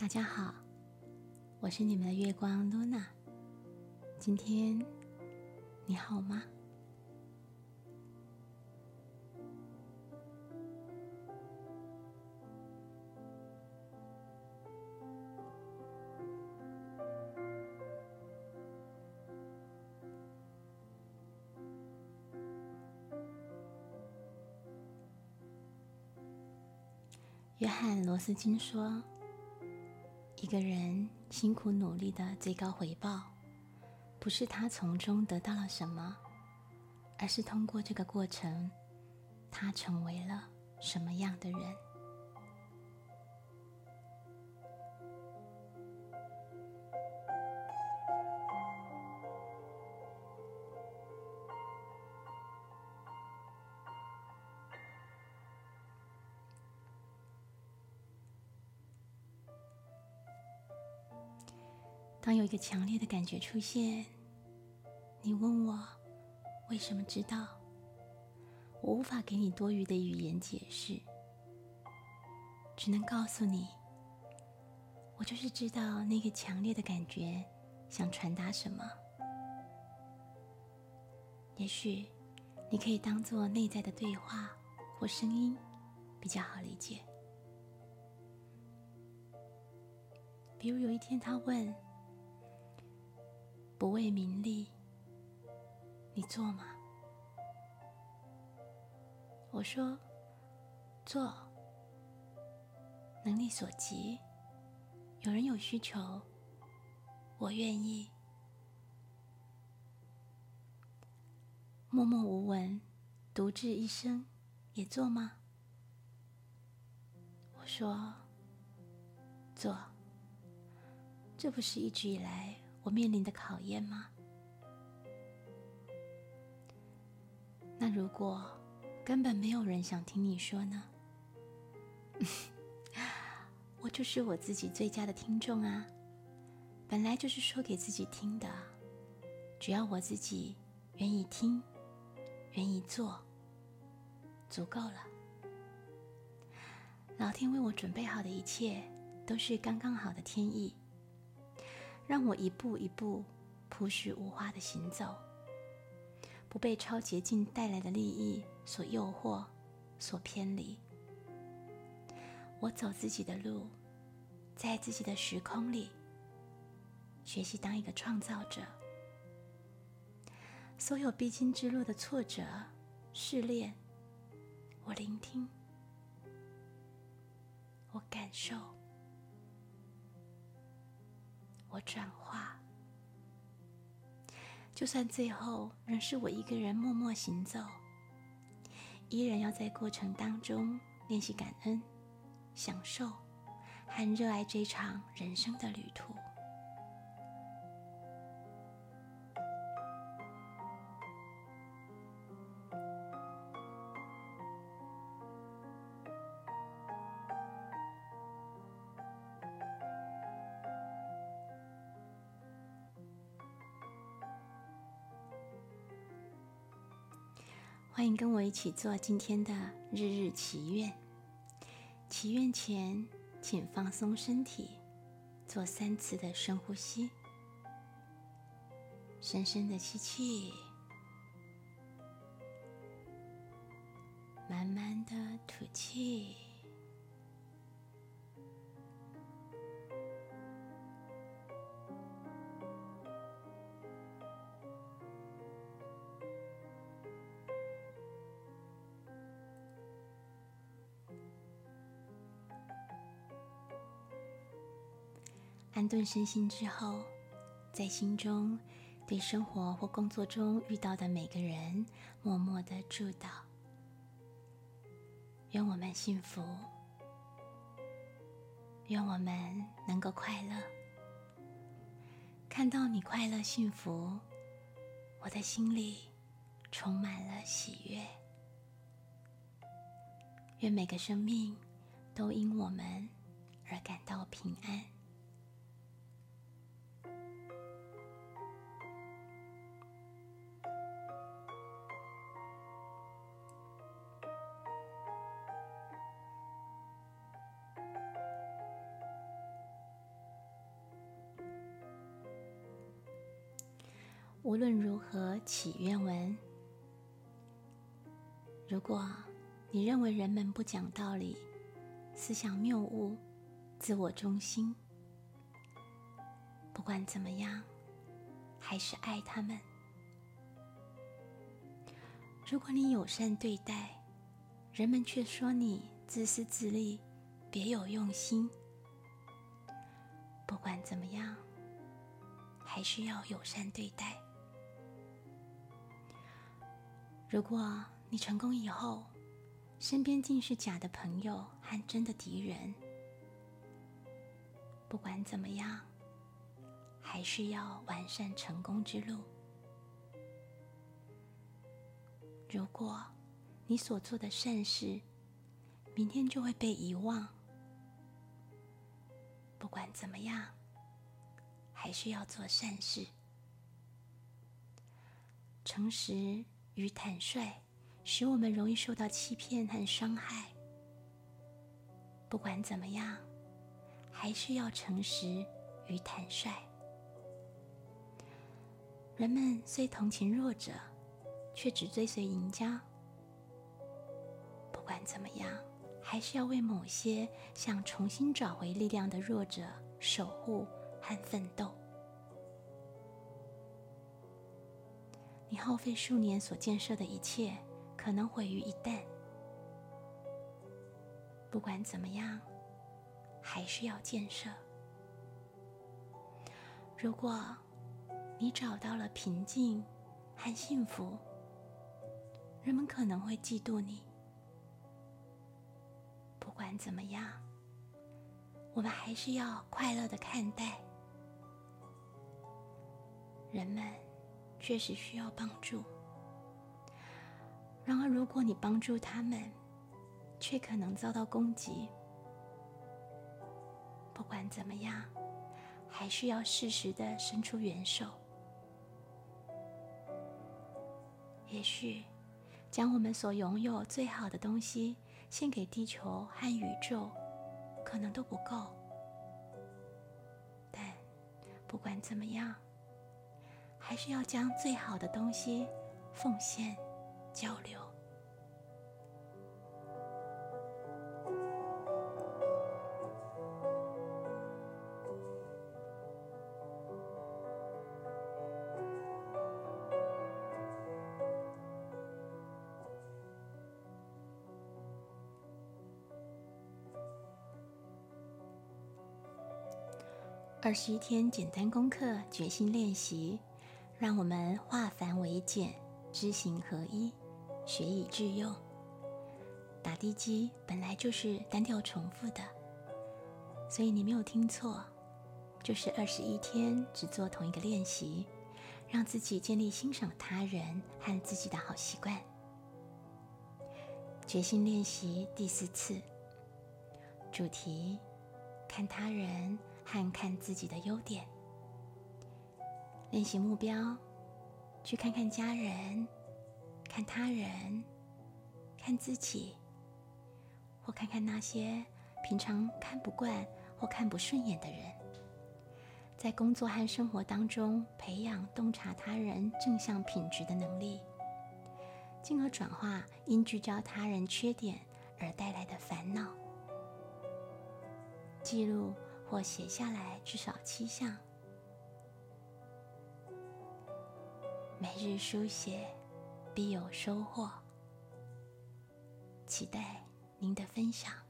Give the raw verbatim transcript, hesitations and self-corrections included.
大家好，我是你们的月光 Luna。今天你好吗？约翰·罗斯金说，一个人辛苦努力的最高回报，不是他从中得到了什么，而是通过这个过程，他成为了什么样的人。当有一个强烈的感觉出现，你问我为什么知道，我无法给你多余的语言解释，只能告诉你，我就是知道那个强烈的感觉想传达什么。也许你可以当作内在的对话或声音，比较好理解。比如有一天他问，不为名利，你做吗？我说，做，能力所及，有人有需求，我愿意。默默无闻，独至一生，也做吗？我说，做。这不是一直以来我面临的考验吗？那如果根本没有人想听你说呢？我就是我自己最佳的听众啊，本来就是说给自己听的，只要我自己愿意听，愿意做，足够了。老天为我准备好的一切，都是刚刚好的天意，让我一步一步朴实无华的行走，不被超捷径带来的利益所诱惑，所偏离。我走自己的路，在自己的时空里，学习当一个创造者。所有必经之路的挫折、试炼，我聆听，我感受，我转化。就算最后仍是我一个人默默行走，依然要在过程当中练习感恩、享受和热爱这场人生的旅途。欢迎跟我一起做今天的日日祈愿。祈愿前，请放松身体，做三次的深呼吸。深深的吸气，慢慢的吐气。安顿身心之后，在心中对生活或工作中遇到的每个人默默地祝祷，愿我们幸福，愿我们能够快乐。看到你快乐幸福，我的心里充满了喜悦。愿每个生命都因我们而感到平安。 无论如何起愿文。如果你认为人们不讲道理，思想谬误，自我中心，不管怎么样，还是爱他们。如果你友善对待，人们却说你自私自利，别有用心，不管怎么样，还是要友善对待。如果你成功以后，身边尽是假的朋友和真的敌人，不管怎么样，还是要完善成功之路。如果你所做的善事，明天就会被遗忘，不管怎么样，还是要做善事。诚实与坦率使我们容易受到欺骗和伤害。不管怎么样，还是要诚实与坦率。人们虽同情弱者，却只追随赢家。不管怎么样，还是要为某些想重新找回力量的弱者守护和奋斗。你耗费数年所建设的一切，可能毁于一旦。不管怎么样，还是要建设。如果你找到了平静和幸福，人们可能会嫉妒你。不管怎么样，我们还是要快乐地看待。人们确实需要帮助，然而如果你帮助他们，却可能遭到攻击。不管怎么样，还是要适时地伸出援手。也许将我们所拥有最好的东西献给地球和宇宙，可能都不够。但不管怎么样，还是要将最好的东西奉献、交流。二十一天简单功课决心练习，让我们化繁为简，知行合一，学以致用。打地基本来就是单调重复的，所以你没有听错，就是二十一天只做同一个练习，让自己建立欣赏他人和自己的好习惯。决心练习第四次，主题：看他人和看自己的优点。练习目标：去看看家人，看他人，看自己，或看看那些平常看不惯或看不顺眼的人。在工作和生活当中，培养洞察他人正向品质的能力，进而转化因聚焦他人缺点而带来的烦恼。记录或写下来至少七项，每日书写必有收获。期待您的分享。